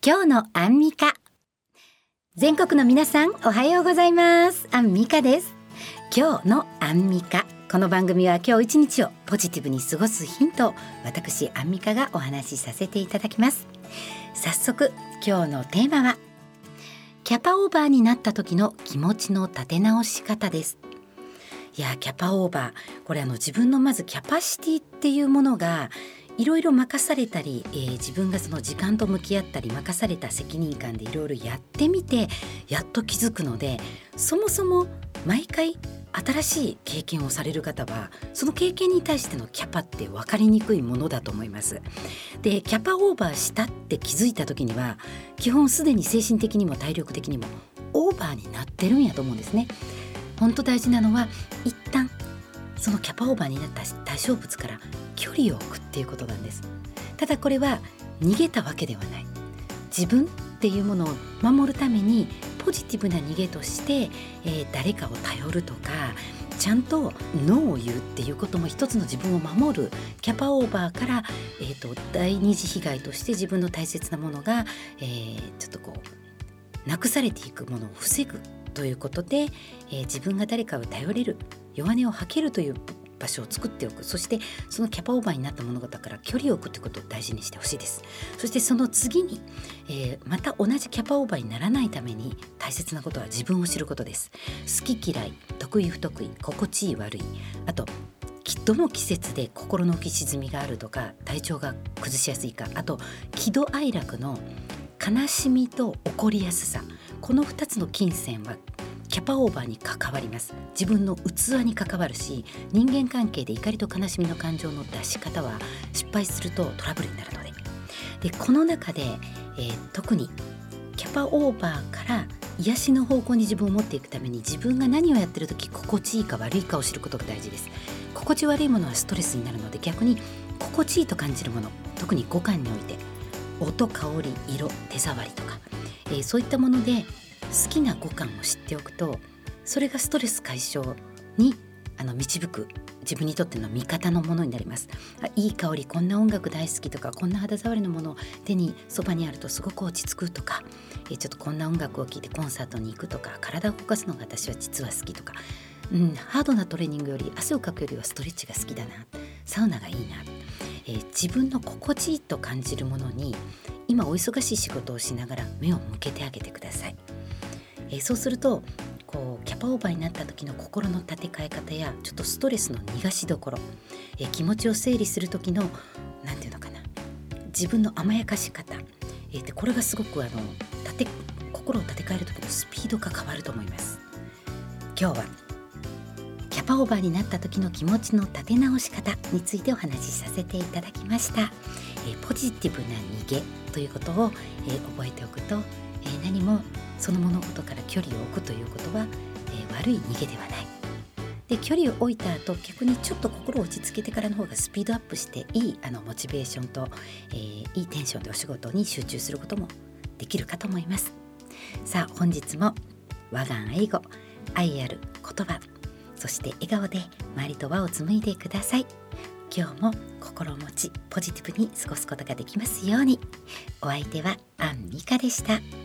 今日のアンミカ。全国の皆さんおはようございます。アンミカです。今日のアンミカ。この番組は今日一日をポジティブに過ごすヒントを私アンミカがお話しさせていただきます。早速今日のテーマはキャパオーバーになった時の気持ちの立て直し方です。いやキャパオーバー、これ自分のまずキャパシティっていうものがいろいろ任されたり、自分がその時間と向き合ったり任された責任感でいろいろやってみてやっと気づくので、そもそも毎回新しい経験をされる方はその経験に対してのキャパって分かりにくいものだと思います。でキャパオーバーしたって気づいた時には基本すでに精神的にも体力的にもオーバーになってるんやと思うんですね。本当大事なのは一旦そのキャパオーバーになった対象物から距離を置くっていうことなんです。ただこれは逃げたわけではない。自分っていうものを守るためにポジティブな逃げとして、誰かを頼るとかちゃんとノーを言うっていうことも一つの自分を守るキャパオーバーから、第二次被害として自分の大切なものが、ちょっとなくされていくものを防ぐということで、自分が誰かを頼れる弱音を吐けるという場所を作っておく。そしてそのキャパオーバーになったものだから距離を置くということを大事にしてほしいです。そしてその次に、また同じキャパオーバーにならないために大切なことは自分を知ることです。好き嫌い、得意不得意、心地いい悪い、あとどの季節で心の浮き沈みがあるとか体調が崩しやすいか、あと喜怒哀楽の悲しみと起こりやすさ、この2つの金銭はキャパオーバーに関わります。自分の器に関わるし、人間関係で怒りと悲しみの感情の出し方は失敗するとトラブルになるので、この中で、特にキャパオーバーから癒しの方向に自分を持っていくために自分が何をやってる時心地いいか悪いかを知ることが大事です。心地悪いものはストレスになるので、逆に心地いいと感じるもの、特に五感において音、香り、色、手触りとか、そういったもので好きな五感を知っておくと、それがストレス解消に導く自分にとっての味方のものになります。いい香り、こんな音楽大好きとか、こんな肌触りのものを手にそばにあるとすごく落ち着くとか、ちょっとこんな音楽を聴いてコンサートに行くとか、体を動かすのが私は実は好きとか、ハードなトレーニングより汗をかくよりはストレッチが好きだな、サウナがいいな、自分の心地いいと感じるものに今お忙しい仕事をしながら目を向けてあげてください。そうするとキャパオーバーになった時の心の立て替え方やちょっとストレスの逃がしどころ、気持ちを整理する時のなんていうのかな、自分の甘やかし方、これがすごく心を立て替える時のスピードが変わると思います。今日はキャパオーバーになった時の気持ちの立て直し方についてお話しさせていただきました。ポジティブな逃げということを、覚えておくと、何もその物事から距離を置くということは、悪い逃げではない。で距離を置いた後、逆にちょっと心を落ち着けてからの方がスピードアップしていいモチベーションと、いいテンションでお仕事に集中することもできるかと思います。さあ本日も和顔英語、愛ある言葉、そして笑顔で周りと輪を紡いでください。今日も心持ちポジティブに過ごすことができますように。お相手はアンミカでした。